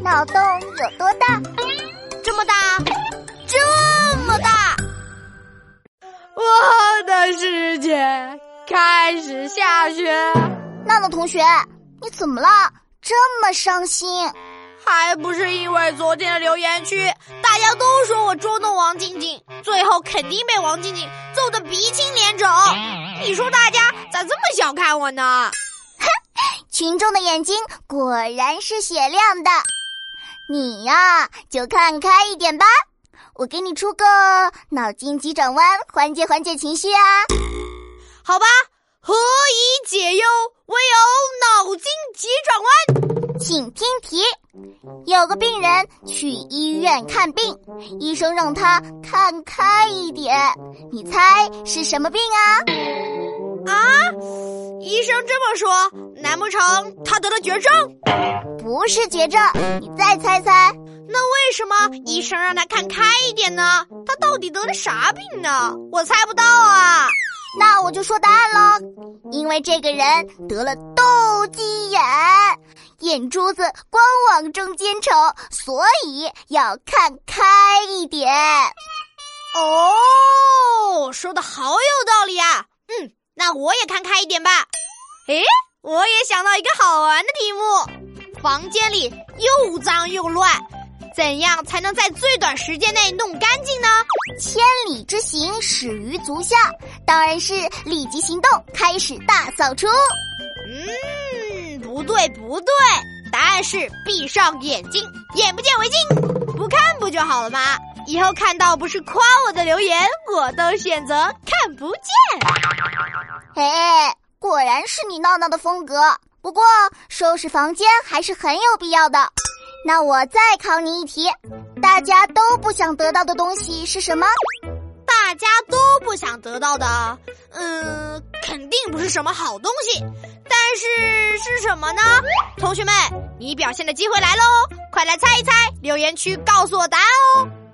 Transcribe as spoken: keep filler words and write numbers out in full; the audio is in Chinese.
脑洞有多大？ 这么大，这么大！ 我的世界开始下雪。 闹闹同学，你怎么了？这么伤心？ 还不是因为昨天的留言区，大家都说我捉弄王静静，最后肯定被王静静揍得鼻青脸肿。你说大家咋这么小看我呢？ 哼，群众的眼睛果然是雪亮的。你呀，就看开一点吧。我给你出个脑筋急转弯，缓解缓解情绪啊。 好吧，何以解忧，唯有脑筋急转弯。 请听题。有个病人去医院看病，医生让他看开一点，你猜是什么病啊？ 啊？医生这么说，难不成他得了绝症？ 不是绝症，你再猜猜。 那为什么医生让他看开一点呢？他到底得了啥病呢？我猜不到啊。 那我就说答案咯，因为这个人得了斗鸡眼，眼珠子光往中间瞅，所以要看开一点。 哦，说得好有道理啊。嗯，那我也看开一点吧。诶，我也想到一个好玩的题目。房间里又脏又乱，怎样才能在最短时间内弄干净呢？ 千里之行始于足下，当然是立即行动，开始大扫除。 嗯，不对不对，答案是闭上眼睛，眼不见为净，不看不就好了吗？以后看到不是夸我的留言，我都选择看不见。 哎，果然是你闹闹的风格。不过收拾房间还是很有必要的。那我再考你一题，大家都不想得到的东西是什么？ 大家都不想得到的，嗯，肯定不是什么好东西。但是是什么呢？同学们，你表现的机会来喽，快来猜一猜，留言区告诉我答案哦。